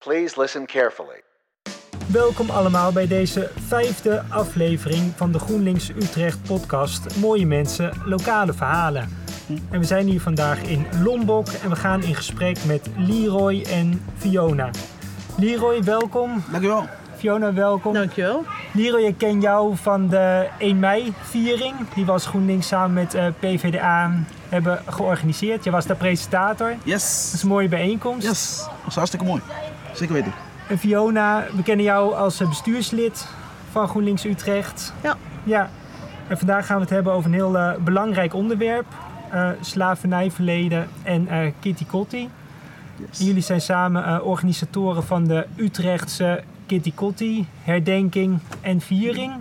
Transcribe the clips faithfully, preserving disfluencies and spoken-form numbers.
Please listen carefully. Welkom allemaal bij deze vijfde aflevering van de GroenLinks Utrecht podcast Mooie Mensen, Lokale Verhalen. En we zijn hier vandaag in Lombok en we gaan in gesprek met Leroy en Fiona. Leroy, welkom. Dankjewel. Fiona, welkom. Dankjewel. Leroy, ik ken jou van de één mei-viering. Die we als GroenLinks samen met uh, P V D A hebben georganiseerd. Je was de presentator. Yes. Dat is een mooie bijeenkomst. Yes. Dat was hartstikke mooi. Zeker weten. En Fiona, we kennen jou als bestuurslid van GroenLinks Utrecht. Ja. Ja. En vandaag gaan we het hebben over een heel uh, belangrijk onderwerp. Uh, slavernijverleden en uh, Kitty Kotti. Yes. En jullie zijn samen uh, organisatoren van de Utrechtse Kitty Kotti herdenking en viering.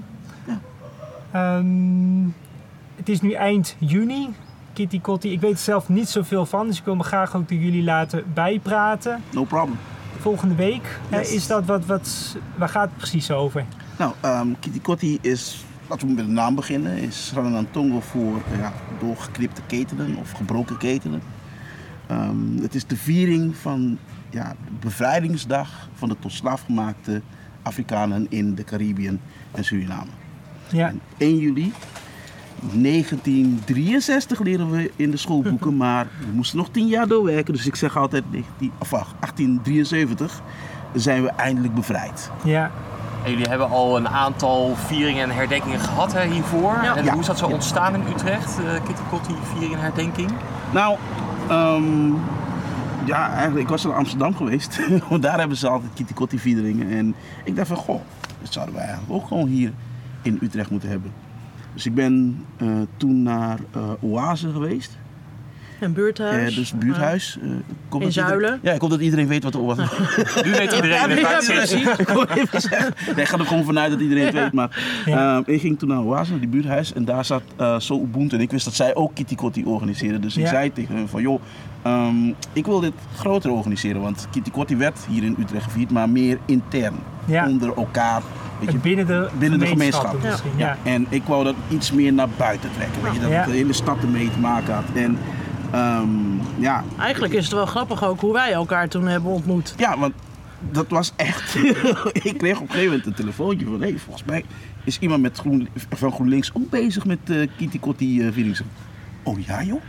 Ja. Um, het is nu eind juni. Kitty Kotti, ik weet er zelf niet zoveel van, dus ik wil me graag ook door jullie laten bijpraten. No problem. Volgende week, Yes. uh, is dat wat, wat, waar gaat het precies over? Nou, um, Kitty Kotti is, laten we met de naam beginnen, is Ranantongo voor uh, ja, doorgeknipte ketenen of gebroken ketenen. Um, het is de viering van ja, de bevrijdingsdag van de tot slaafgemaakte Afrikanen in de Caribiën en Suriname. Ja. En één juli negentien drieënzestig leren we in de schoolboeken, maar we moesten nog tien jaar doorwerken. Dus ik zeg altijd negentien, of achttien drieënzeventig zijn we eindelijk bevrijd. Ja. En jullie hebben al een aantal vieringen en herdenkingen gehad hè, hiervoor. Ja. En Ja. hoe is dat zo ontstaan in Utrecht, uh, Kitty Kotti viering en herdenking? Nou, um, ja, eigenlijk, ik was in Amsterdam geweest. Want daar hebben ze altijd Kitty Kotti vieringen. En ik dacht van, goh, dat zouden wij eigenlijk ook gewoon hier in Utrecht moeten hebben. Dus ik ben uh, toen naar uh, Oase geweest. Een buurthuis. Uh, dus buurthuis. Uh, In Zuilen. Iedereen, ja, ik hoop dat iedereen weet wat de Oase is. Nu weet iedereen de Ja, sessie. Ik wil even zeggen. Nee, ik ga er gewoon vanuit dat iedereen het weet. Maar Ja. uh, ik ging toen naar Oase, die buurthuis. En daar zat uh, So Ubuntu. En ik wist dat zij ook Kitty Kotti organiseerden. Dus ik Ja. zei tegen hen van, joh, um, ik wil dit groter organiseren. Want Kitty Kotti werd hier in Utrecht gevierd, maar meer intern. Ja. Onder elkaar. Weet je, Binnen de, binnen de gemeenschap. gemeenschap. Misschien, ja. ja. En ik wou dat iets meer naar buiten trekken. Weet je, dat Ja. de hele stad ermee te maken had. En um, ja, Eigenlijk is het wel grappig ook hoe wij elkaar toen hebben ontmoet. ja, want dat was echt... ik kreeg op een gegeven moment een telefoontje van... Hé, hey, volgens mij is iemand met Groen, van GroenLinks ook bezig met uh, Kitty Kotti uh, viering. Oh ja, joh?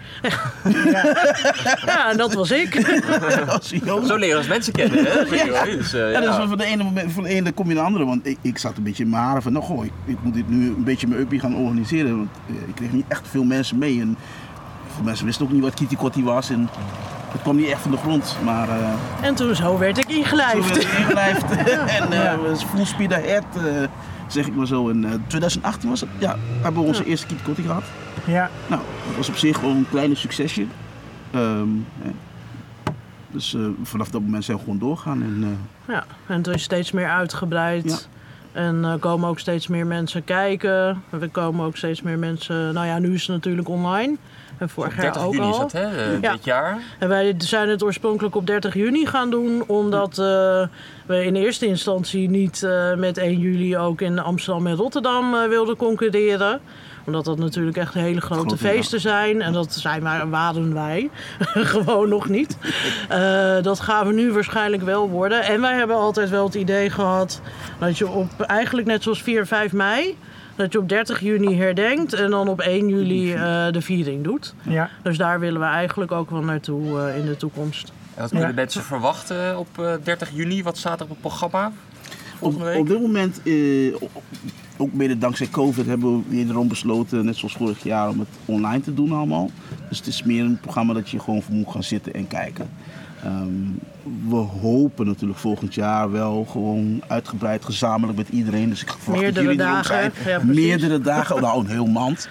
Ja, en dat was ik. Als, joh. Zo leren als mensen kennen, hè? Ja. Dus, uh, Ja, dus ja. van de ene moment van de ene kom je naar de andere. Want ik, ik zat een beetje in mijn haren van... Nou, goh, ik, ik moet dit nu een beetje mijn uppie gaan organiseren. Want uh, ik kreeg niet echt veel mensen mee. En veel mensen wisten ook niet wat Kitty Kotti was. En het kwam niet echt van de grond. Maar... Uh, En toen zo werd ik Zo ingelijfd. werd ik ingelijfd. En uh, Ja. we full speed ahead, uh, zeg ik maar zo. In uh, twintig achttien was het, ja, hebben we onze eerste Kitty Kotti gehad. Ja. Nou, dat was op zich gewoon een kleine succesje. Um, hè. Dus uh, vanaf dat moment zijn we gewoon doorgaan. En, uh, Ja, en het is steeds meer uitgebreid. Ja. En er uh, komen ook steeds meer mensen kijken. Er komen ook steeds meer mensen... Nou ja, nu is het natuurlijk online. En vorig jaar dertig ook juni is al. dat, hè? Uh, Ja. Dit jaar. En wij zijn het oorspronkelijk op dertig juni gaan doen, omdat uh, we in eerste instantie niet uh, met één juli ook in Amsterdam en Rotterdam uh, wilden concurreren. Omdat dat natuurlijk echt hele grote, Grote feesten zijn. En dat zijn wij, waren wij gewoon nog niet. Uh, dat gaan we nu waarschijnlijk wel worden. En wij hebben altijd wel het idee gehad dat je op eigenlijk net zoals vier en vijf mei... dat je op dertig juni herdenkt en dan op één juli uh, de viering doet. Ja. Dus daar willen we eigenlijk ook wel naartoe uh, in de toekomst. En wat kunnen Ja. mensen verwachten op uh, dertig juni? Wat staat er op het programma volgende op, week? op dit moment, uh, ook mede dankzij COVID, hebben we wederom besloten, net zoals vorig jaar, om het online te doen allemaal. Dus het is meer een programma dat je gewoon voor moet gaan zitten en kijken. Um, we hopen natuurlijk volgend jaar wel gewoon uitgebreid gezamenlijk met iedereen. Dus ik verwacht Meerdere dat jullie er ook dagen, zijn. ja, precies. Meerdere dagen, nou een heel mand.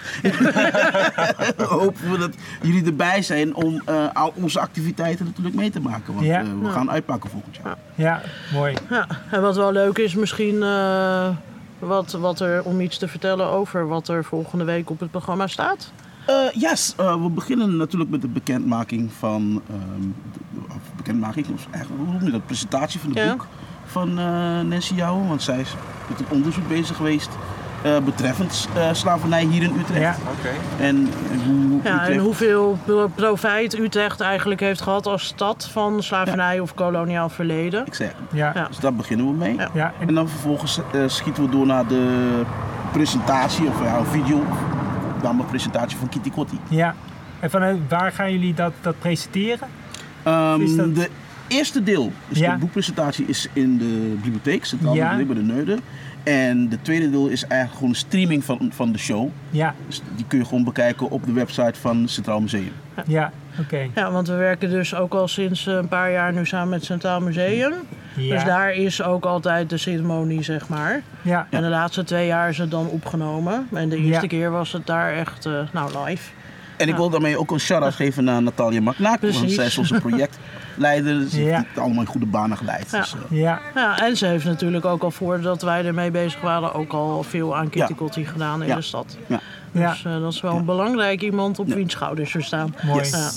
Hopen we dat jullie erbij zijn om uh, al onze activiteiten natuurlijk mee te maken. Want Ja. uh, we Ja. gaan uitpakken volgend jaar. Ja, mooi. Ja, en wat wel leuk is misschien uh, wat, wat er, om iets te vertellen over wat er volgende week op het programma staat. Uh, yes, uh, we beginnen natuurlijk met de bekendmaking van, um, de, of bekendmaking, of eigenlijk, hoe noem je dat, presentatie van het Ja. boek van uh, Nancy Jouwen. Want zij is met een onderzoek bezig geweest uh, betreffend uh, slavernij hier in Utrecht. Ja. Oké. En, en, hoe Ja, Utrecht... en hoeveel profijt Utrecht eigenlijk heeft gehad als stad van slavernij of koloniaal verleden. Exact. Ja. Ja. Dus daar beginnen we mee. Ja. Ja. En, En dan vervolgens uh, schieten we door naar de presentatie, of ja, een video, dan de presentatie van Kitty Kotti. ja. En vanuit waar gaan jullie dat, dat presenteren? Um, Is dat- De eerste deel, dus Ja. de boekpresentatie, is in de bibliotheek, Centraal Ja. Bibliotheek bij de Neude. En de tweede deel is eigenlijk gewoon een streaming van, van de show. Ja, Dus die kun je gewoon bekijken op de website van het Centraal Museum. ja, oké. Ja, want we werken dus ook al sinds een paar jaar nu samen met het Centraal Museum. Ja. Dus daar is ook altijd de ceremonie, zeg maar. Ja. En de laatste twee jaar is het dan opgenomen. En de eerste Ja. keer was het daar echt, uh, nou, live. En ik wil daarmee ook een shout-out geven naar Natalia Maknak, want Precies. zij is onze projectleider. Ze Ja. heeft het allemaal in goede banen geleid. Ja. Dus, uh, Ja, Ja, en ze heeft natuurlijk ook al voordat wij ermee bezig waren ook al veel aan Kitty Ja. Kotti gedaan in Ja. de stad. ja. ja. Dus uh, dat is wel een belangrijk iemand op Ja. wiens schouders we staan. Mooi. Yes. Ja.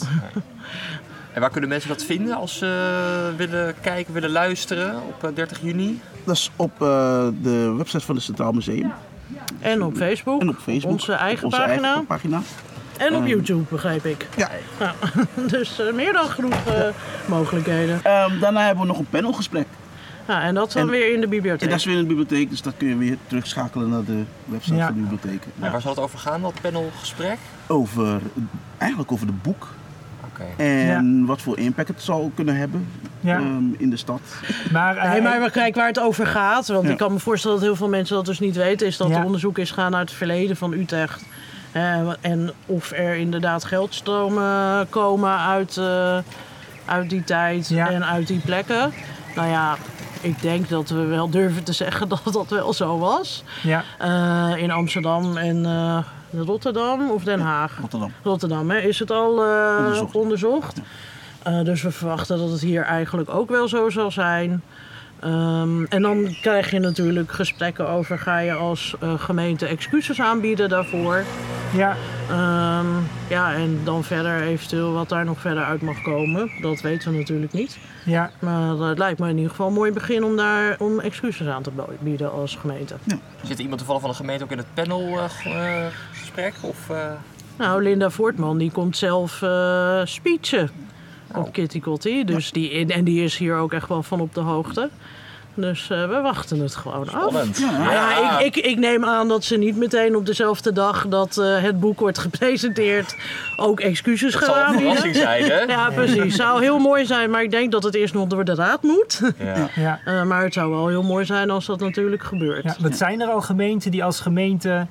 En waar kunnen mensen dat vinden als ze willen kijken, willen luisteren op uh, dertig juni? Dat is op uh, de website van het Centraal Museum En op Facebook, en op Facebook. onze eigen op onze pagina. Eigen pagina. En op Um, YouTube, begrijp ik. Ja. Ja. Dus uh, meer dan genoeg uh, mogelijkheden. Um, daarna hebben we nog een panelgesprek. Ja, en dat dan En- weer in de En bibliotheek. dat is weer in de bibliotheek, dus dat kun je weer terugschakelen naar de website Ja. van de bibliotheek. En waar zal het over gaan, dat panelgesprek? Over, eigenlijk over de boek Oké. en wat voor impact het zal kunnen hebben Ja. um, in de stad. Maar, eh, Nee, maar kijk waar het over gaat. Want Ja. ik kan me voorstellen dat heel veel mensen dat dus niet weten. Is dat Ja. er onderzoek is gaan naar het verleden van Utrecht. Eh, en of er inderdaad geldstromen komen uit, eh, uit die tijd Ja. en uit die plekken. Nou ja, ik denk dat we wel durven te zeggen dat dat wel zo was. ja, Eh, in Amsterdam en eh, Rotterdam of Den Haag. Rotterdam. Rotterdam, hè? Is het al eh, Onderzocht. onderzocht? Eh, dus we verwachten dat het hier eigenlijk ook wel zo zal zijn. Ehm, en dan krijg je natuurlijk gesprekken over, ga je als eh, gemeente excuses aanbieden daarvoor. ja, Ehm, ja, en dan verder eventueel wat daar nog verder uit mag komen. Dat weten we natuurlijk niet. ja. Maar het lijkt me in ieder geval een mooi begin om daar om excuses aan te bieden als gemeente. Zit iemand toevallig van de gemeente ook in het panelgesprek? of, uh... Nou, Linda Voortman die komt zelf eh speechen Oh. op Kitty Kotti. Dus die, en die is hier ook echt wel van op de hoogte. Dus uh, we wachten het gewoon af. Spannend. Ja. Ja, ik, ik, ik neem aan dat ze niet meteen op dezelfde dag dat uh, het boek wordt gepresenteerd ook excuses Het gaan zal een aanbieden. verrassing zijn, hè? Ja, precies. Zou heel mooi zijn, maar ik denk dat het eerst nog door de raad moet. Ja. Ja. Uh, maar het zou wel heel mooi zijn als dat natuurlijk gebeurt. Ja, wat zijn er al gemeenten die als gemeente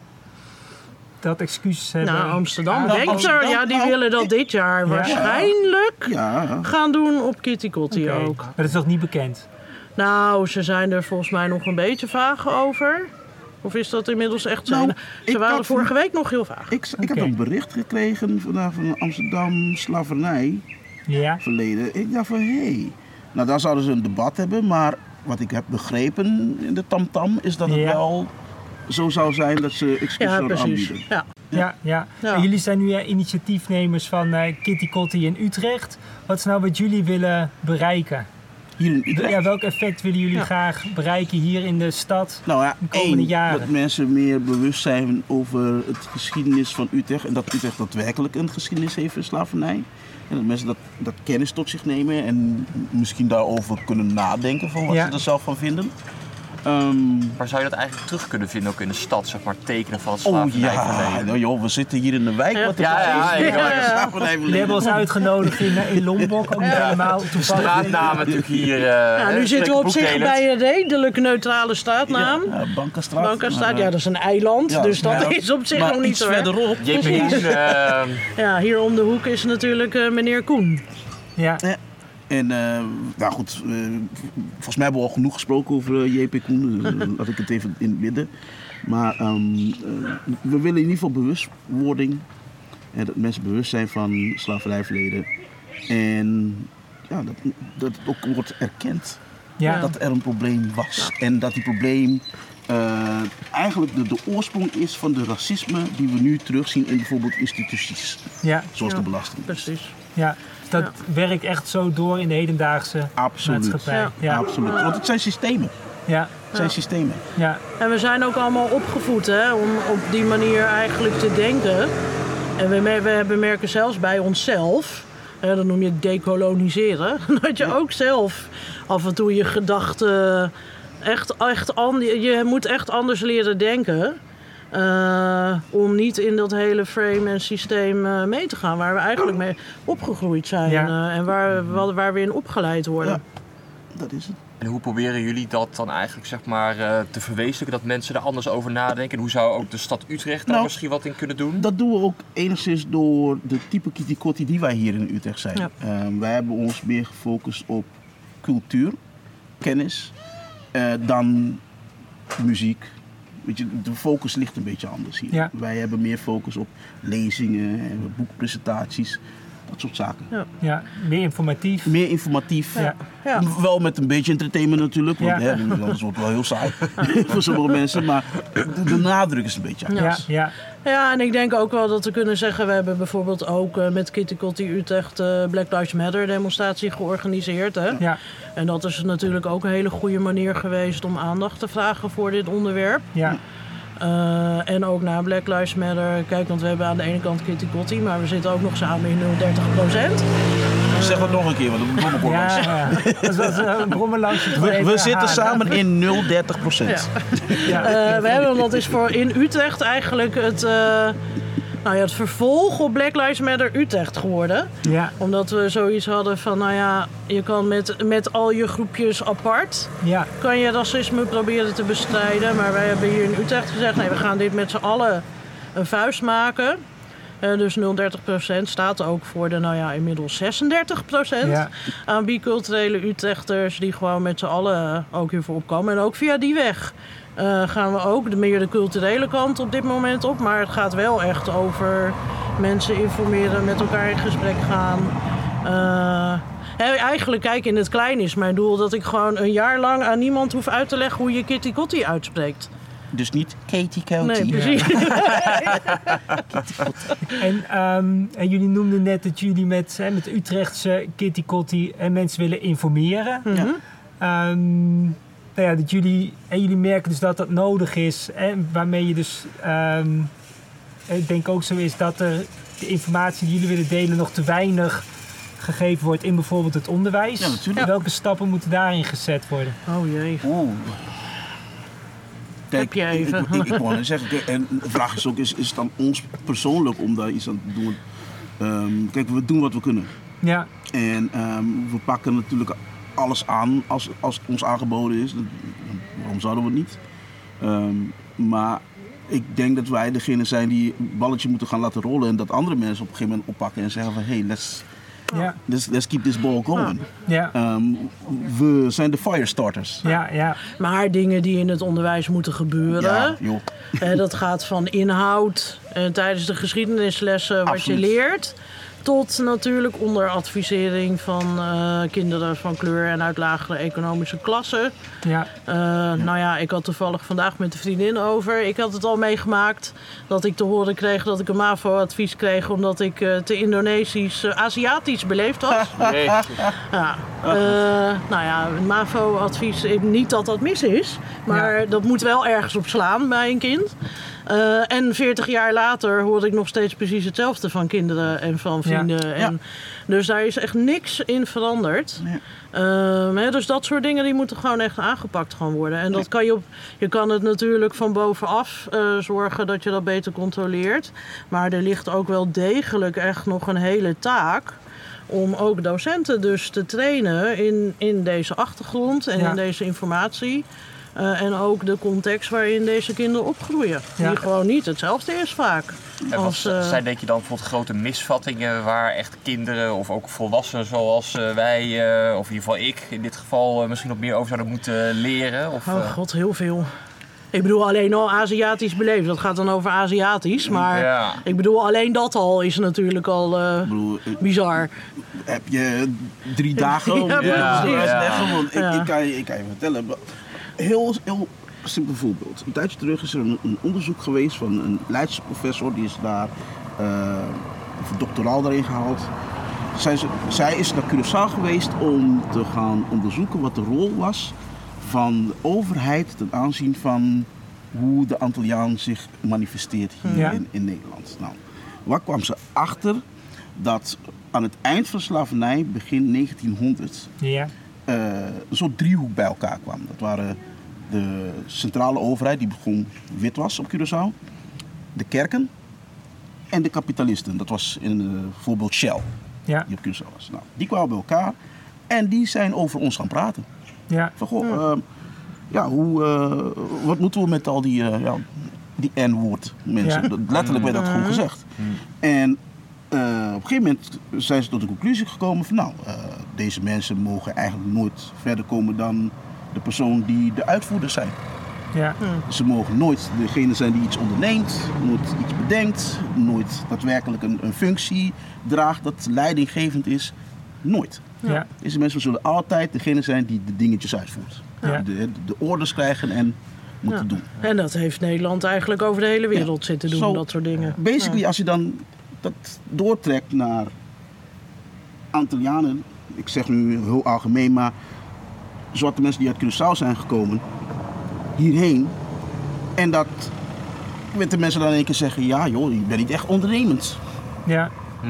dat excuses hebben? Nou, Amsterdam Ah, denkt er. Amsterdam, Ja, die nou, willen dat dit jaar Ja. waarschijnlijk Ja, gaan doen op Kitty Kotti Oké. ook. Maar dat is nog niet bekend? Nou, ze zijn er volgens mij nog een beetje vaag over. Of is dat inmiddels echt zo? Nou, Ze ik waren had- vorige week nog heel vaag. ik, ik heb Oké. een bericht gekregen vandaag van Amsterdam slavernij Ja, verleden. Ik dacht van, hé, hey. Nou daar zouden ze een debat hebben, maar wat ik heb begrepen in de tamtam is dat het Ja. wel zo zou zijn dat ze excuses Ja, zouden precies. aanbieden. Ja. ja, ja. Ja. En jullie zijn nu eh, initiatiefnemers van eh, Kitty Kotti in Utrecht. Wat is nou wat jullie willen bereiken? Hier in Utrecht? Ja, welk effect willen jullie Ja. graag bereiken hier in de stad? Nou ja, de komende één, jaren? dat mensen meer bewust zijn over het geschiedenis van Utrecht. En dat Utrecht daadwerkelijk een geschiedenis heeft van slavernij. En dat mensen dat, dat kennis tot zich nemen en misschien daarover kunnen nadenken van wat Ja. ze er zelf van vinden. Ehm, Waar zou je dat eigenlijk terug kunnen vinden, ook in de stad, zeg maar, tekenen van het oh slavernijverleden? ja, nou joh, we zitten hier in de wijk. Ja. Wat er Ja, ja, precies ja, is. ja, ja. Slavernijverleden. Jullie hebben ons uitgenodigd in, eh, in Lombok, ook niet Ja. helemaal De toevallig. straatnamen natuurlijk hier. Uh, Ja, nu zitten we op zich bij een redelijk neutrale straatnaam. Ja, ja, Bankenstraat. Bankenstraat, Maar, ja, dat is een eiland, ja, dus dat ja. is op zich maar nog niet iets zo erg. verderop. J P Koen, uh, Ja, hier om de hoek is natuurlijk uh, meneer Koen. Ja, En uh, nou goed, uh, volgens mij hebben we al genoeg gesproken over uh, J P Koen. Uh, laat ik het even in het midden. Maar um, uh, we willen in ieder geval bewustwording. En dat mensen bewust zijn van slavernijverleden. En ja, dat, dat het ook wordt erkend ja, dat er een probleem was. En dat die probleem uh, eigenlijk de, de oorsprong is van de racisme die we nu terugzien in bijvoorbeeld instituties. ja, Zoals Ja. de belasting. Precies. ja. Dus dat werkt echt zo door in de hedendaagse Absoluut. maatschappij. Ja. Ja. Absoluut. Want het zijn systemen. Ja. Het zijn Ja. systemen. Ja. En we zijn ook allemaal opgevoed hè, om op die manier eigenlijk te denken. En we, me- we merken zelfs bij onszelf, hè, dat noem je dekoloniseren, dat je ook zelf af en toe je gedachten echt, echt an- je moet echt anders leren denken. Uh, om niet in dat hele frame en systeem uh, mee te gaan waar we eigenlijk mee opgegroeid zijn. Ja. Uh, en waar, waar, waar we in opgeleid worden. Ja, dat is het. En hoe proberen jullie dat dan eigenlijk zeg maar, uh, te verwezenlijken, dat mensen er anders over nadenken? En hoe zou ook de stad Utrecht daar Nou, misschien wat in kunnen doen? Dat doen we ook enigszins door de type kitty-kotti die wij hier in Utrecht zijn. Ja. Uh, wij hebben ons meer gefocust op cultuur, kennis, uh, dan muziek. Weet je, de focus ligt een beetje anders hier. Ja. Wij hebben meer focus op lezingen, en boekpresentaties, dat soort zaken. Ja. Ja, meer informatief. Meer informatief. Ja. Ja. Wel met een beetje entertainment natuurlijk, want Ja. hè, anders wordt het wel heel saai voor sommige mensen. Maar de, de nadruk is een beetje Ja, anders. ja, Ja, en ik denk ook wel dat we kunnen zeggen... we hebben bijvoorbeeld ook uh, met Kitty Kotti Utrecht... Uh, Black Lives Matter demonstratie georganiseerd. Hè? ja, En dat is natuurlijk ook een hele goede manier geweest... om aandacht te vragen voor dit onderwerp. ja, Uh, en ook naar Black Lives Matter. Kijk, want we hebben aan de ene kant Kitty Kotti... maar we zitten ook nog samen in nul dertig procent. Zeg dat nog een keer, want dat moet nog ja, langs. ja. Dat is een brommerlansje. We, we zitten samen in nul dertig procent. Ja. Uh, we hebben, dat is voor in Utrecht eigenlijk het, uh, nou ja, het vervolg op Black Lives Matter Utrecht geworden. Ja, Omdat we zoiets hadden van, nou ja, je kan met, met al je groepjes apart... ja, kan je racisme proberen te bestrijden. Maar wij hebben hier in Utrecht gezegd, nee, we gaan dit met z'n allen een vuist maken. Uh, dus nul dertig procent staat ook voor de, nou ja, inmiddels zesendertig procent ja, aan biculturele Utrechters die gewoon met z'n allen ook hiervoor opkomen. En ook via die weg uh, gaan we ook de meer de culturele kant op dit moment op. Maar het gaat wel echt over mensen informeren, met elkaar in gesprek gaan. Uh, hè, eigenlijk, kijk, in het klein is mijn doel dat ik gewoon een jaar lang aan niemand hoef uit te leggen hoe je Kitty Kotti uitspreekt. Dus niet Katie Kotti. Nee, precies. En, um, en jullie noemden net dat jullie met, hè, met Utrechtse Kitty Kotti en mensen willen informeren. Mhm. Um, nou ja, dat jullie, en jullie merken dus dat dat nodig is. En waarmee je dus, um, ik denk ook zo is dat er de informatie die jullie willen delen nog te weinig gegeven wordt in bijvoorbeeld het onderwijs. Ja, natuurlijk. Welke stappen moeten daarin gezet worden? Oh jee. Oeh. Kijk, Heb je even. Ik, ik, ik, ik wou net zeggen, kijk, en de vraag is ook, is, is het dan ons persoonlijk om daar iets aan te doen? Um, kijk, we doen wat we kunnen. Ja, En um, we pakken natuurlijk alles aan als, als het ons aangeboden is. Waarom zouden we het niet? Um, maar ik denk dat wij degene zijn die het balletje moeten gaan laten rollen. En dat andere mensen op een gegeven moment oppakken en zeggen van... Hey, let's, ja, let's, let's keep this ball going. ja, Um, we zijn de firestarters. ja, ja, Maar dingen die in het onderwijs moeten gebeuren. Ja, joh. Eh, dat gaat van inhoud eh, tijdens de geschiedenislessen wat Absoluut. je leert. Tot natuurlijk onder advisering van uh, kinderen van kleur en uit lagere economische klassen. ja, Uh, nou ja, ik had toevallig vandaag met een vriendin over. Ik had het al meegemaakt dat ik te horen kreeg dat ik een MAVO-advies kreeg... omdat ik uh, te Indonesisch, uh, Aziatisch beleefd was. Nee. Ja, uh, nou ja, een MAVO-advies, niet dat dat mis is, maar Ja. dat moet wel ergens op slaan bij een kind. Uh, en veertig jaar later hoorde ik nog steeds precies hetzelfde van kinderen en van vrienden. Ja. En, dus daar is echt niks in veranderd. Nee. Um, hè, dus dat soort dingen die moeten gewoon echt aangepakt gaan worden. En dat kan je op, je kan het natuurlijk van bovenaf uh, zorgen dat je dat beter controleert. Maar er ligt ook wel degelijk echt nog een hele taak om ook docenten dus te trainen in, in deze achtergrond en Ja. in deze informatie. Uh, en ook de context waarin deze kinderen opgroeien. Ja. Die gewoon niet hetzelfde is vaak. En Als, wat uh, zijn denk je dan bijvoorbeeld grote misvattingen waar echt kinderen of ook volwassenen zoals uh, wij, uh, of in ieder geval ik in dit geval, uh, misschien nog meer over zouden moeten leren? Of, Oh uh, god, heel veel. Ik bedoel alleen al Aziatisch beleefd. Dat gaat dan over Aziatisch. Maar Ja. ik bedoel alleen dat al is natuurlijk al uh, Ik bedoel, eh, bizar. heb je drie dagen om Ja, dit precies. te uitleggen? Ja. Want ik, Ja. ik, kan je, ik kan je vertellen, heel, heel simpel voorbeeld. Een tijdje terug is er een, een onderzoek geweest van een Leidse professor, die is daar uh, een doctoraal daarin gehaald. Zij, zij is naar Curaçao geweest om te gaan onderzoeken wat de rol was van de overheid ten aanzien van hoe de Antilliaan zich manifesteert hier Ja. in, in Nederland. Nou, waar kwam ze achter? Dat aan het eind van de slavernij, begin negentienhonderd, Ja. uh, een soort driehoek bij elkaar kwam. Dat waren de centrale overheid, die gewoon wit was op Curaçao, de kerken en de kapitalisten. Dat was in uh, bijvoorbeeld Shell, Ja. die op Curaçao was. Nou, die kwamen bij elkaar en die zijn over ons gaan praten. Ja. Van goh, uh, ja, hoe, uh, wat moeten we met al die, uh, ja, die N-woord mensen? Ja. Dat- Letterlijk werd dat gewoon gezegd. En uh, op een gegeven moment zijn ze tot de conclusie gekomen van nou, uh, deze mensen mogen eigenlijk nooit verder komen dan de persoon die de uitvoerders zijn. Ja. Ze mogen nooit degene zijn die iets onderneemt, nooit iets bedenkt, nooit daadwerkelijk een, een functie draagt dat leidinggevend is. Nooit. Ja. Deze mensen zullen altijd degene zijn die de dingetjes uitvoert. Ja. Die de, de orders krijgen en moeten Ja. doen. En dat heeft Nederland eigenlijk over de hele wereld Ja. zitten doen, Zo, dat soort dingen. Basically, Ja. als je dan dat doortrekt naar Antillianen, ik zeg nu heel algemeen, maar zwarte mensen die uit Curaçao zijn gekomen, hierheen. En dat witte mensen dan in één keer zeggen, ja joh, je bent niet echt ondernemend. Ja.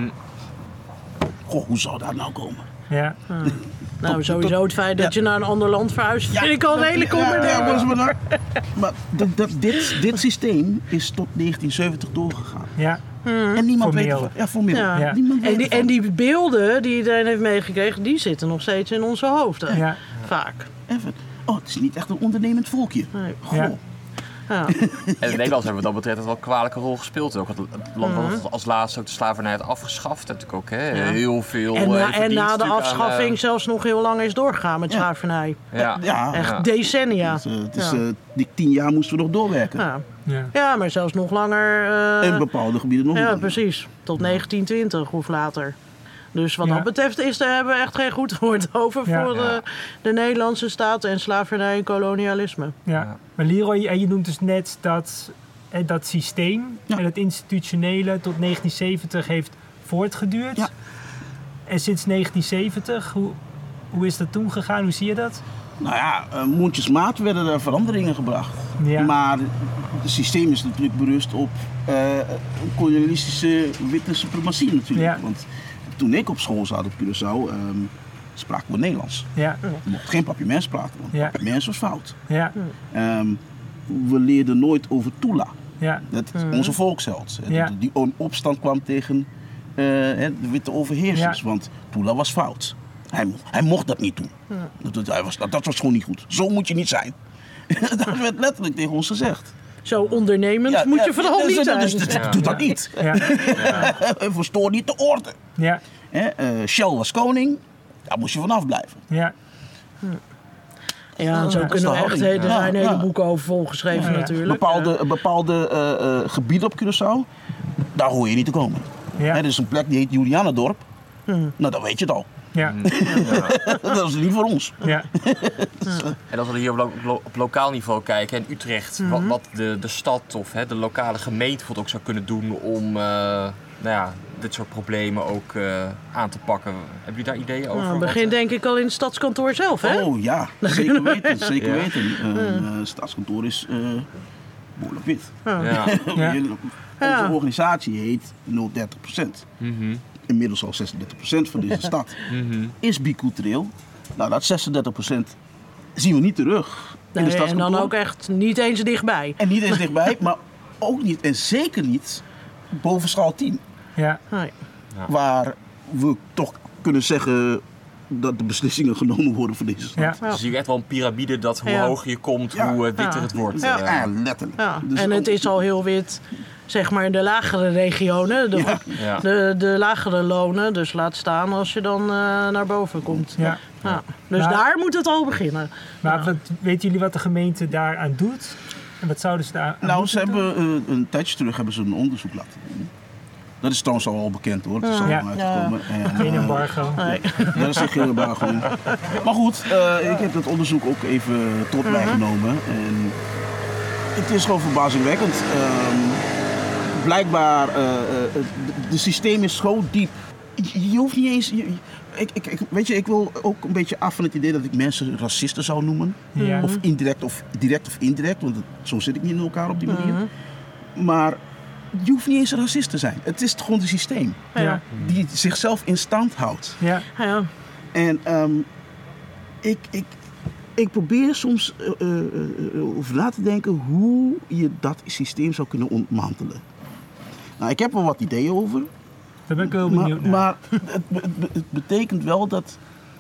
Goh, hoe zou dat nou komen? Ja. Nou, tot- sowieso tot- het feit dat je naar een ander land verhuist, vind ik al een dat- hele ja, combinatie. ja, maar, maar, maar, maar dat, dat, dit, dit systeem is tot negentien zeventig doorgegaan. Ja. En niemand weet Formeel. ervan. Ja, formeel. Ja. Ja. Niemand weet En die, ervan. en die beelden die iedereen heeft meegekregen, die zitten nog steeds in onze hoofden. Ja. Vaak. Even. Oh, het is niet echt een ondernemend volkje. Nee. Goh. Ja. Ja. En de Nederlanders hebben wat dat betreft wel een kwalijke rol gespeeld. Ook het het land wat als laatste ook de slavernij had afgeschaft. Natuurlijk ook hè, heel veel. En, eh, na, en verdienst na de natuurlijk aan, afschaffing eh, zelfs nog heel lang is doorgegaan met Ja. slavernij. ja. Ja, Echt Ja. decennia. Het, is, eh, het is, Ja. eh, die tien jaar moesten we nog doorwerken. Ja. Ja. Ja, maar zelfs nog langer. eh, In bepaalde gebieden nog ja, niet. precies. Tot negentien twintig of later. Dus wat Ja. dat betreft is, daar hebben we echt geen goed woord over Ja. voor de, de Nederlandse staat en slavernij en kolonialisme. Ja. Maar Leroy, en je noemt dus net dat eh, dat systeem Ja. en het institutionele tot negentien zeventig heeft voortgeduurd. Ja. En sinds negentien zeventig, hoe, hoe is dat toen gegaan? Hoe zie je dat? Nou ja, uh, mondjesmaat werden er veranderingen gebracht. Ja. Maar het systeem is natuurlijk berust op uh, een kolonialistische witte suprematie natuurlijk. Ja. Want toen ik op school zat op Curaçao, um, spraken we Nederlands. Ja. We mochten geen Papiaments praten, want Ja. Papiaments was fout. Ja. Um, we leerden nooit over Tula. Ja. Dat is onze volksheld. hè, Ja. Die die in opstand kwam tegen uh, hè, de witte overheersers. Ja. Want Tula was fout. Hij, mo- hij mocht dat niet doen. Dat, dat, hij was, dat, dat was gewoon niet goed. Zo moet je niet zijn. Dat werd letterlijk tegen ons gezegd. Zo ondernemend Ja, moet ja, je vooral dus- niet dus- zijn. dus- dus- Ja. Doe dat niet. Ja. Verstoor niet de orde. Ja. Hè, uh, Shell was koning. Daar moest je vanaf blijven. Ja. Ja, zo dat is kunnen we de echt, houding. er Ja, zijn hele ja. boeken over volgeschreven Ja, ja. natuurlijk. Bepaalde, bepaalde uh, uh, gebieden op Curaçao, daar hoor je niet te komen. Ja. Hè, er is een plek die heet Julianendorp. Hm. Nou, dan weet je het al. Ja. Dat is niet voor ons. Ja. En als we hier op, lo- lo- op lokaal niveau kijken, en Utrecht, wat, wat de, de stad of hè, de lokale gemeente bijvoorbeeld ook zou kunnen doen om uh, nou ja, dit soort problemen ook uh, aan te pakken. Hebben jullie daar ideeën over? Nou, het Wat, begint uh, denk ik al in het stadskantoor zelf, hè? Oh ja, zeker weten. Zeker Ja. weten. Uh, het staatskantoor is uh, behoorlijk wit. Ja. Ja. Onze Ja. organisatie heet nul komma dertig procent. Mhm. Inmiddels al zesendertig procent van deze stad Mhm. is bicultureel. Nou, dat zesendertig procent zien we niet terug in Nee, de en stadskantoor. dan ook echt niet eens dichtbij. En niet eens dichtbij, maar ook niet en zeker niet boven schaal tien. Ja. Nee. Waar we toch kunnen zeggen dat de beslissingen genomen worden voor deze stad. Ja. Ja. Dus zie je echt wel een piramide dat hoe Ja. hoger je komt, Ja. hoe uh, witter Ja. het wordt. Ja. Uh, Ja, letterlijk. Ja. Dus en het ook- is al heel wit, zeg maar in de lagere regionen, de, Ja. ja. de, de lagere lonen. Dus laat staan als je dan uh, naar boven komt. Ja. Ja. Dus Maar- daar moet het al beginnen. Maar wat, weten jullie wat de gemeente daaraan doet? En wat zouden ze daar aan Nou, moeten ze doen? hebben uh, een tijdje terug hebben ze een onderzoek laten doen. Dat is trouwens al wel bekend hoor. Het is al Ja. lang uitgekomen. En, Geen uh, embargo. Nee. Daar is geen embargo in. Maar goed, uh, ik heb dat onderzoek ook even tot mij genomen. En het is gewoon verbazingwekkend. Um, blijkbaar, uh, uh, de, de systeem is zo diep. Je, je hoeft niet eens... Je, ik, ik, ik, weet je, ik wil ook een beetje af van het idee dat ik mensen racisten zou noemen. Ja. Of indirect of direct of indirect, want het, zo zit ik niet in elkaar op die manier. Mhm. Maar je hoeft niet eens een racist te zijn. Het is gewoon een systeem Ja. Ja. die zichzelf in stand houdt. Ja. Ja. En um, ik, ik, ik probeer soms uh, uh, uh, over na te denken hoe je dat systeem zou kunnen ontmantelen. Nou, ik heb er wat ideeën over. Daar ben ik heel Maar, benieuwd naar. maar het, het, het betekent wel dat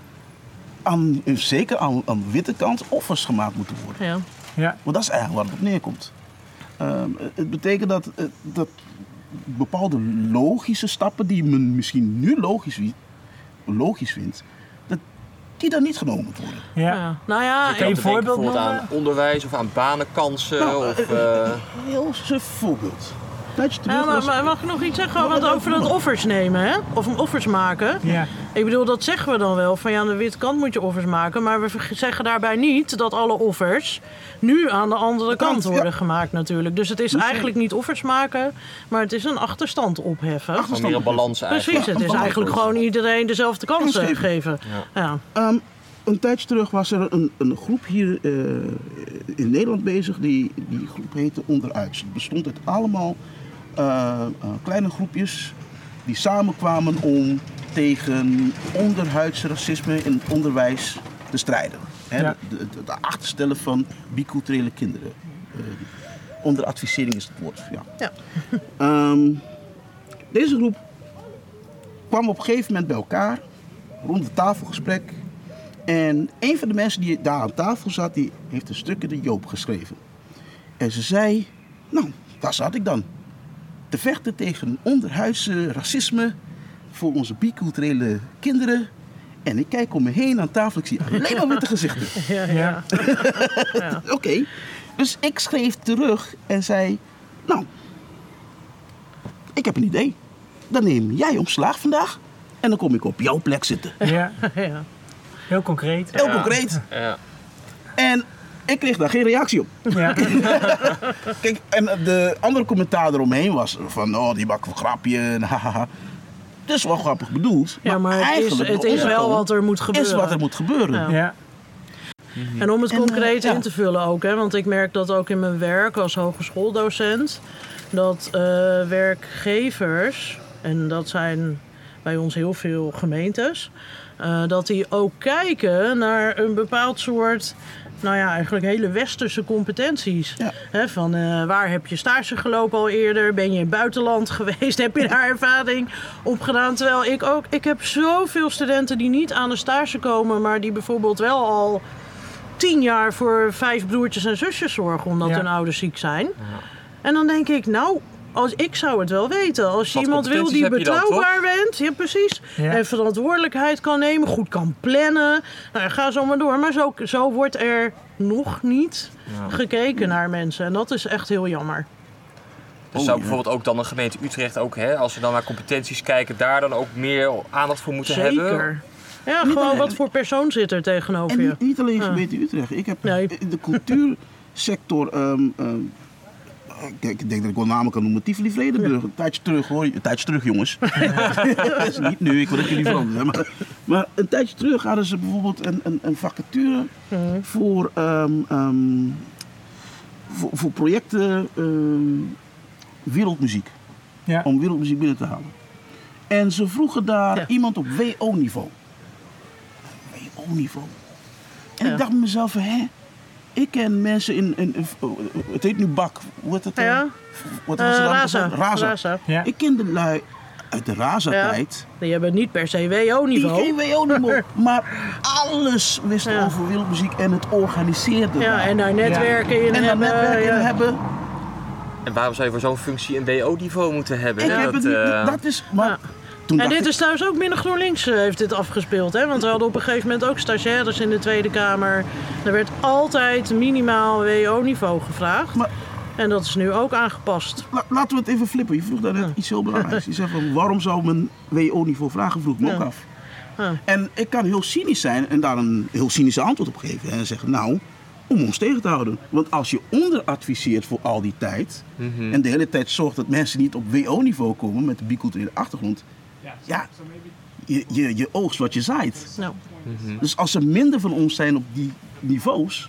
aan, zeker aan, aan de witte kant offers gemaakt moeten worden. Ja. Ja. Want dat is eigenlijk waar het op neerkomt. Um, het betekent dat, dat bepaalde logische stappen die men misschien nu logisch, logisch vindt, dat die dan niet genomen moeten worden. Ja. Ja. Nou ja, Je Kan je kan een voorbeeld bijvoorbeeld aan noemen? onderwijs of aan banenkansen. Nou, of, eh, eh, Een heel suf voorbeeld. Tijdje terug Ja, maar, was- maar mag ik nog iets zeggen Nou, wat dat over ook dat nog. offers nemen, hè? Of een offers maken? Ja. Ik bedoel, dat zeggen we dan wel, van ja, aan de witte kant moet je offers maken, maar we zeggen daarbij niet dat alle offers nu aan de andere Kant, kant worden ja. gemaakt natuurlijk. Dus het is Dus, eh, eigenlijk niet offers maken, maar het is een achterstand opheffen. gewoon meer een balans eigenlijk. Precies, het een is balans. eigenlijk gewoon iedereen dezelfde kansen Kans geven. Ja. Um, een tijdje terug was er een, een groep hier uh, in Nederland bezig. Die, die groep heette Onderuit. Het bestond uit allemaal uh, uh, kleine groepjes die samenkwamen om tegen onderhuidse racisme in het onderwijs te strijden. Hè, Ja. de, de, de achterstellen van biculturele kinderen. Uh, onderadvisering is het woord. Ja. Ja. Um, deze groep kwam op een gegeven moment bij elkaar, rond het tafelgesprek. En een van de mensen die daar aan tafel zat, die heeft een stuk in de Joop geschreven. En ze zei, nou, daar zat ik dan. Te vechten tegen onderhuidse racisme voor onze biculturele kinderen. En ik kijk om me heen aan tafel, ik zie alleen maar witte gezichten. Ja, Ja. ja. Oké, okay. Dus ik schreef terug en zei, nou, ik heb een idee. Dan neem jij ontslag vandaag en dan kom ik op jouw plek zitten. Ja. Ja. Heel concreet. Heel Ja. concreet. Ja. En ik kreeg daar geen reactie op. Ja. Kijk, en de andere commentaar eromheen was van, oh, die bak van grapje en hahaha. Dat is wel grappig bedoeld. Ja, maar het is, eigenlijk het de is wel ondertoon wat er moet gebeuren. is wat er moet gebeuren. Ja. Ja. En om het En, concreet eh, ja. in te vullen ook, hè, want ik merk dat ook in mijn werk als hogeschooldocent, dat uh, werkgevers, en dat zijn bij ons heel veel gemeentes, uh, dat die ook kijken naar een bepaald soort, nou ja, eigenlijk hele westerse competenties. Ja. Hè, van uh, waar heb je stage gelopen al eerder? Ben je in het buitenland geweest? Heb je daar ervaring opgedaan? Terwijl ik ook, ik heb zoveel studenten die niet aan de stage komen, maar die bijvoorbeeld wel al tien jaar voor vijf broertjes en zusjes zorgen omdat Ja. hun ouders ziek zijn. En dan denk ik, nou, als ik zou het wel weten. Als je Wat iemand wil competenties die heb je dan, betrouwbaar bent, ja precies, Ja. en verantwoordelijkheid kan nemen, goed kan plannen, nou, ga zo maar door. Maar zo, zo wordt er nog niet Ja. gekeken naar mensen en dat is echt heel jammer. Dus Oh, zou ja. bijvoorbeeld ook dan een gemeente Utrecht ook, hè, als we dan naar competenties kijken, daar dan ook meer aandacht voor moeten hebben? Zeker. Ja, Niet gewoon alleen- wat voor persoon zit er tegenover En je. niet, niet alleen Ja. gemeente Utrecht. Ik heb Nee. in de cultuursector, um, um, kijk, ik denk dat ik wel namen kan noemen, Tivoli Vredenburg. Een tijdje terug hoor, een tijdje terug jongens. Dat is niet nu, ik wil dat jullie veranderen. Maar, maar een tijdje terug hadden ze bijvoorbeeld een, een, een vacature Mhm. voor, um, um, voor, voor projecten um, wereldmuziek. Ja. Om wereldmuziek binnen te halen. En ze vroegen daar Ja. iemand op W O-niveau. W O-niveau. En Ja. ik dacht bij mezelf, hè? Ik ken mensen in, in, in- het heet nu B A C. Hoe heet dat? dan? Ja. Wat Uh, was het dan? Raza. Raza. Raza. Ja. Ik ken de lui uit de Raza-tijd. Die hebben niet per se W Die O-niveau. geen W O-niveau, maar alles wisten Ja. over wereldmuziek en het organiseerde. Ja, daar. en daar netwerken in en daar hebben. netwerken ja. in hebben. En waarom zou je voor zo'n functie een W O-niveau moeten hebben? Ik hè? heb dat, het niet, eh, dat is, maar Ja. toen En dacht dit ik, is trouwens ook binnen GroenLinks uh, heeft dit afgespeeld. Hè? Want we hadden op een gegeven moment ook stagiaires in de Tweede Kamer. Er werd altijd minimaal W O-niveau gevraagd. Maar- En dat is nu ook aangepast. La- laten we het even flippen. Je vroeg daar net iets heel belangrijks. Je zegt van waarom zou men W O-niveau vragen? Vroeg ik me Ja. ook af. Ja. En ik kan heel cynisch zijn en daar een heel cynische antwoord op geven. En zeggen nou, om ons tegen te houden. Want als je onderadviseert voor al die tijd. mhm. En de hele tijd zorgt dat mensen niet op W O-niveau komen met een biculturele achtergrond. Ja, je, je, je oogst wat je zaait. Nou, Mhm. Dus als er minder van ons zijn op die niveaus,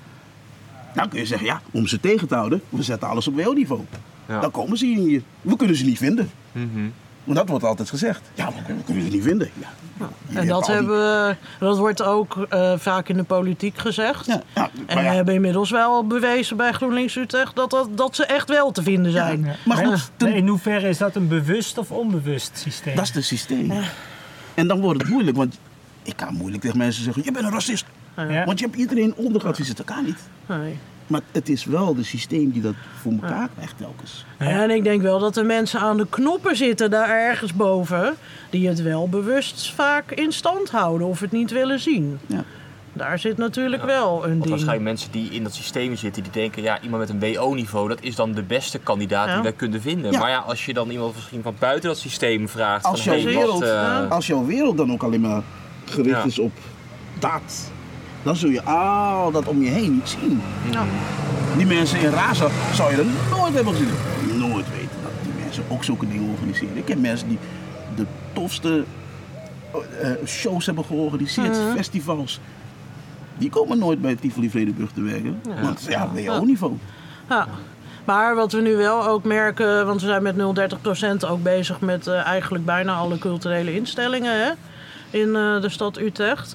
dan kun je zeggen, ja, om ze tegen te houden, we zetten alles op W O-niveau. Ja. Dan komen ze hier niet. We kunnen ze niet vinden. Mhm. Want dat wordt altijd gezegd. Ja, we kunnen, we kunnen ze niet vinden. Ja. Je en hebt dat, al die- hebben we, dat wordt ook uh, vaak in de politiek gezegd. Ja, ja, En maar we ja, hebben inmiddels wel bewezen bij GroenLinks Utrecht dat, dat, dat ze echt wel te vinden zijn. Ja. Maar Maar goed, ten- in hoeverre is dat een bewust of onbewust systeem? dat is het systeem. En dan wordt het moeilijk, want ik kan moeilijk tegen mensen zeggen, je bent een racist. Ja. Want je hebt iedereen ondergeadviseerd. Dat kan niet. Nee. Maar het is wel het systeem die dat voor elkaar krijgt telkens. En ik denk wel dat de mensen aan de knoppen zitten daar ergens boven, die het wel bewust vaak in stand houden of het niet willen zien. Ja. Daar zit natuurlijk wel een Want ding. waarschijnlijk mensen die in dat systeem zitten, die denken, ja, iemand met een W O-niveau, dat is dan de beste kandidaat Ja. die wij kunnen vinden. Ja. Maar ja, als je dan iemand misschien van buiten dat systeem vraagt, Als van, jouw, hey, wereld, wat, eh, als jouw wereld dan ook alleen maar gericht Ja. is op dat, dan zul je al dat om je heen niet zien. Ja. Die mensen in Raza zou je er nooit hebben gezien. Nooit weten dat die mensen ook zulke dingen organiseren. Ik ken mensen die de tofste uh, shows hebben georganiseerd, Mhm. festivals. Die komen nooit bij Tivoli Vredenburg te werken. Want ja, W O-niveau. Ja. Maar wat we nu wel ook merken, want we zijn met nul komma dertig procent ook bezig met uh, eigenlijk bijna alle culturele instellingen hè, in uh, de stad Utrecht.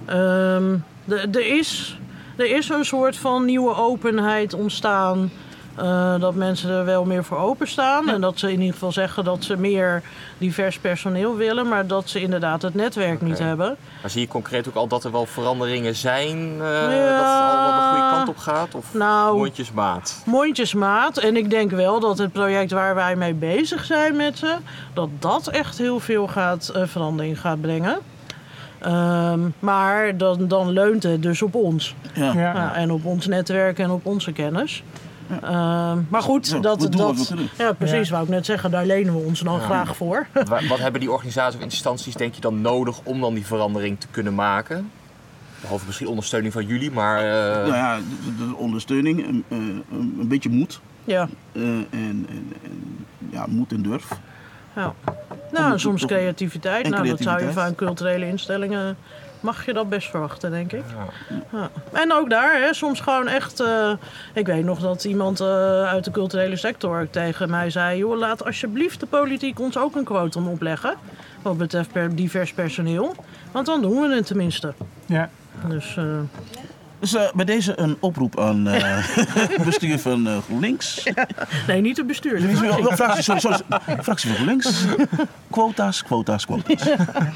Um, de, de is, er is een soort van nieuwe openheid ontstaan. Uh, dat mensen er wel meer voor openstaan. Ja. En dat ze in ieder geval zeggen dat ze meer divers personeel willen. Maar dat ze inderdaad het netwerk Oké. niet hebben. Maar zie je concreet ook al dat er wel veranderingen zijn, uh, Ja. dat het al wel de goede kant op gaat? Of Nou, mondjesmaat? mondjesmaat. En ik denk wel dat het project waar wij mee bezig zijn met ze, dat dat echt heel veel gaat, uh, verandering gaat brengen. Um, maar dan, dan leunt het dus op ons. Ja. Ja. Ja, en op ons netwerk en op onze kennis. Um, maar goed, Ja, dat, we doen wat dat, we kunnen. ja, precies, Ja. wou ik net zeggen, daar lenen we ons dan Ja. graag voor. Wa- Wat hebben die organisaties of instanties denk je dan nodig om dan die verandering te kunnen maken? Behalve misschien ondersteuning van jullie, maar... uh, Nou ja, de, de ondersteuning, een, een, een beetje moed. Ja, Uh, en, en, en ja, moed en durf. ja. Om Nou, en het soms toch- creativiteit. en Nou, dat zou je creativiteit. van culturele instellingen, mag je dat best verwachten, denk ik. ja. Ja. En ook daar, hè, soms gewoon echt... Uh, ik weet nog dat iemand uh, uit de culturele sector tegen mij zei... joh, laat alsjeblieft de politiek ons ook een quotum opleggen... wat betreft per divers personeel. Want dan doen we het tenminste. Ja. Dus, uh, Dus uh, bij deze een oproep aan uh, bestuur van uh, GroenLinks. nee, niet het bestuur. de Wel, fractie. wel, fractie, sorry, sorry, fractie van GroenLinks. Quota's, quota's, quota's.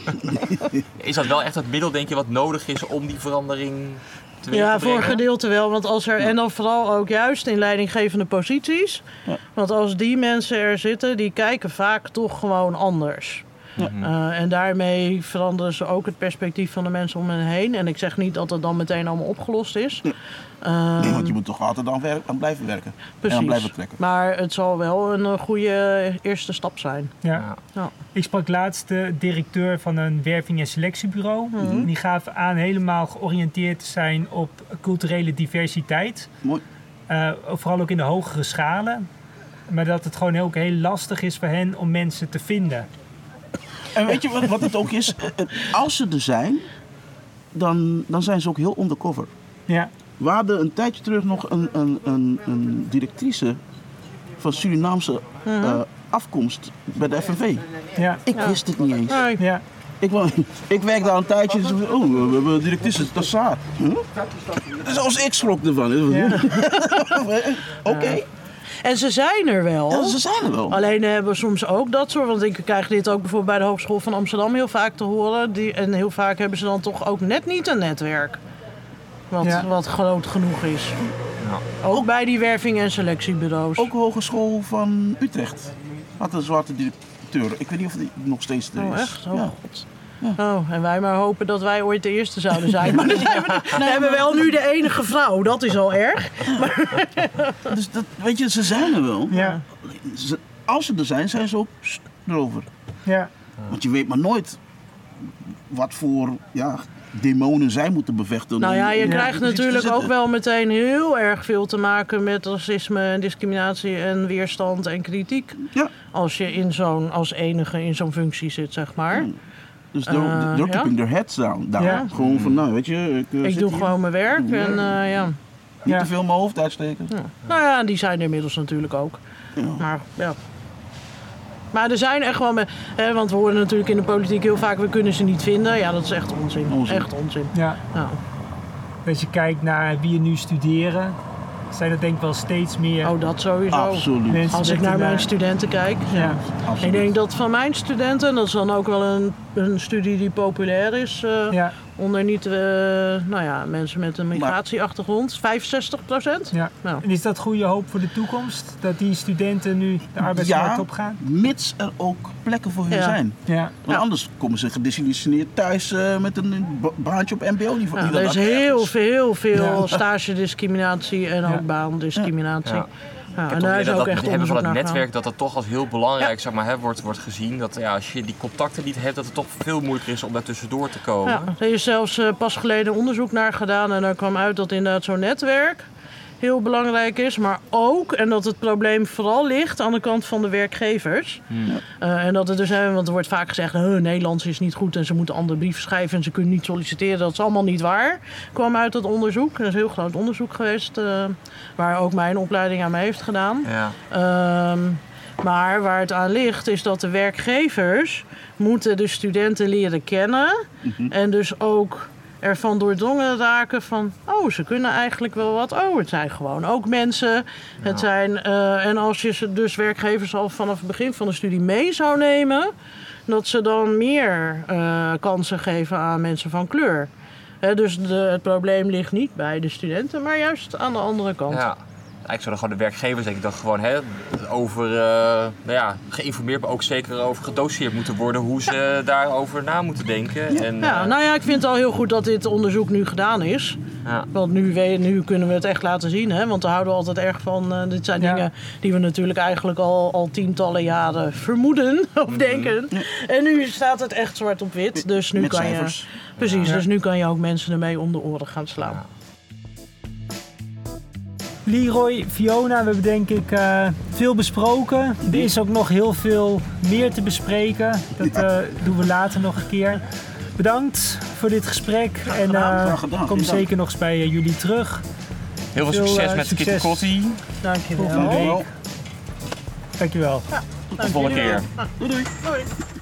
Is dat wel echt het middel, denk je, wat nodig is om die verandering te willen Ja, te voor een brengen? gedeelte wel. Want als er, en dan vooral ook juist in leidinggevende posities. Ja. Want als die mensen er zitten, die kijken vaak toch gewoon anders. Uh, en daarmee veranderen ze ook het perspectief van de mensen om hen heen. En ik zeg niet dat het dan meteen allemaal opgelost is. Nee. Uh, Nee, want je moet toch altijd aan, wer- aan blijven werken. En aan blijven trekken. Maar het zal wel een uh, goede eerste stap zijn. Ja. Ja. Ja. Ik sprak laatst de directeur van een werving- en selectiebureau. Mhm. Die gaf aan helemaal georiënteerd te zijn op culturele diversiteit. Mooi. Uh, vooral ook in de hogere schalen. Maar dat het gewoon ook heel lastig is voor hen om mensen te vinden. En weet je wat, wat het ook is? Eh, Als ze er zijn, dan, dan zijn ze ook heel undercover. Ja, We hadden een tijdje terug nog een, een, een, een directrice van Surinaamse uh, afkomst bij de F N V. ja, Ik wist het niet eens. Nee. ja. Ik, wa- ik werkte al een tijdje en ze zei, oh, we hebben een directrice, dat is Saar. Huh? Zelfs ik schrok ervan. Ja. Oké, En ze zijn er wel. ja, ze zijn er wel. Alleen hebben we soms ook dat soort, want ik krijg dit ook bijvoorbeeld bij de Hogeschool van Amsterdam heel vaak te horen. Die, en heel vaak hebben ze dan toch ook net niet een netwerk. Wat, Ja. wat groot genoeg is. Ja. Ook bij die werving- en selectiebureaus. Ook de Hogeschool van Utrecht had een zwarte directeur. Ik weet niet of die nog steeds er is. Oh, echt? Oh, Ja. god. Oh, en wij maar hopen dat wij ooit de eerste zouden zijn. Maar dus hebben we, we hebben wel nu de enige vrouw, dat is al erg. Dus dat, weet je, ze zijn er wel. Ja, Ze- als ze er zijn, zijn ze ook pst, erover. ja, Want je weet maar nooit wat voor ja, demonen zij moeten bevechten. Nou ja, je om- om krijgt iets te natuurlijk zetten. ook wel meteen heel erg veel te maken met racisme en discriminatie en weerstand en kritiek. Ja. Als je in zo'n, als enige in zo'n functie zit, zeg maar. Hmm. Dus they're, Uh, they're ja. keeping their heads down. down. Ja. Gewoon van, nou weet je, ik, uh, Ik zit doe hier, gewoon mijn werk doe en mijn uh, ja. Niet Ja. te veel mijn hoofd uitsteken. ja. Nou ja, die zijn er inmiddels natuurlijk ook. Ja. Maar ja. Maar er zijn echt wel, me- hè, want we horen natuurlijk in de politiek heel vaak, we kunnen ze niet vinden. Ja, dat is echt onzin. Onzin. Echt onzin. Ja. Nou, Als je kijkt naar wie er nu studeren, zijn er denk ik wel steeds meer oh, dat sowieso. Absoluut. mensen Als ik met naar een, mijn eh, studenten kijk. Ja. Absoluut. Ik denk dat van mijn studenten, dat is dan ook wel een, een studie die populair is, uh, Ja, onder niet uh, nou ja, mensen met een migratieachtergrond, vijfenzestig procent. ja. Nou, En is dat goede hoop voor de toekomst? Dat die studenten nu de arbeidsmarkt Ja. opgaan? Mits er ook plekken voor hen Ja. zijn. Ja. Want anders komen ze gedesillusioneerd thuis uh, met een ba- baantje op M B O-niveau. ja, er is heel veel, veel Ja. stagediscriminatie en ook Ja. baandiscriminatie. Ja. Ja, Ik en heb daar toch is weer ook dat echt het hebben van onderzoek het naar netwerk, dat dat toch als heel belangrijk zeg maar, hè, wordt, wordt gezien. Dat ja, als je die contacten niet hebt, dat het toch veel moeilijker is om daar tussendoor te komen. Ja, er is zelfs uh, pas geleden onderzoek naar gedaan en daar kwam uit dat inderdaad zo'n netwerk heel belangrijk is, maar ook, en dat het probleem vooral ligt aan de kant van de werkgevers. Hmm. Uh, en dat het dus, hè, want er wordt vaak gezegd, huh, Nederlands is niet goed en ze moeten andere brieven schrijven en ze kunnen niet solliciteren. Dat is allemaal niet waar. Kwam uit dat onderzoek, dat is een heel groot onderzoek geweest, uh, waar ook mijn opleiding aan mee heeft gedaan. Ja. Ehm, maar waar het aan ligt is dat de werkgevers moeten de studenten leren kennen Mhm. en dus ook ervan doordrongen raken van, oh, ze kunnen eigenlijk wel wat. Oh, het zijn gewoon ook mensen. Het zijn, eh, en als je ze dus werkgevers al vanaf het begin van de studie mee zou nemen, dat ze dan meer eh, kansen geven aan mensen van kleur. Hè, dus de, het probleem ligt niet bij de studenten, maar juist aan de andere kant. Ja. Eigenlijk zouden gewoon de werkgevers denk ik dan gewoon hè, over uh, nou ja, geïnformeerd, maar ook zeker over gedoseerd moeten worden hoe ze daarover na moeten denken. Ja. En, Ja, uh, nou ja, ik vind het al heel goed dat dit onderzoek nu gedaan is. ja. Want nu, we- nu kunnen we het echt laten zien, hè? Want daar houden we altijd erg van. Uh, dit zijn Ja. dingen die we natuurlijk eigenlijk al, al tientallen jaren vermoeden of denken. En nu staat het echt zwart op wit. Dus nu Met kan je, cijfers. precies, Ja. dus nu kan je ook mensen ermee om de oren gaan slaan. Ja. Leroy, Fiona, we hebben denk ik uh, veel besproken. Er is ook nog heel veel meer te bespreken. Dat uh, doen we later nog een keer. Bedankt voor dit gesprek. En uh, Graag gedaan. kom Ja. zeker nog eens bij uh, jullie terug. Heel veel Veel, succes uh, met succes. Kitty Kotti. Dankjewel. Volgende week. Dankjewel. Dankjewel. Tot de volgende keer. Doei doei. Doei.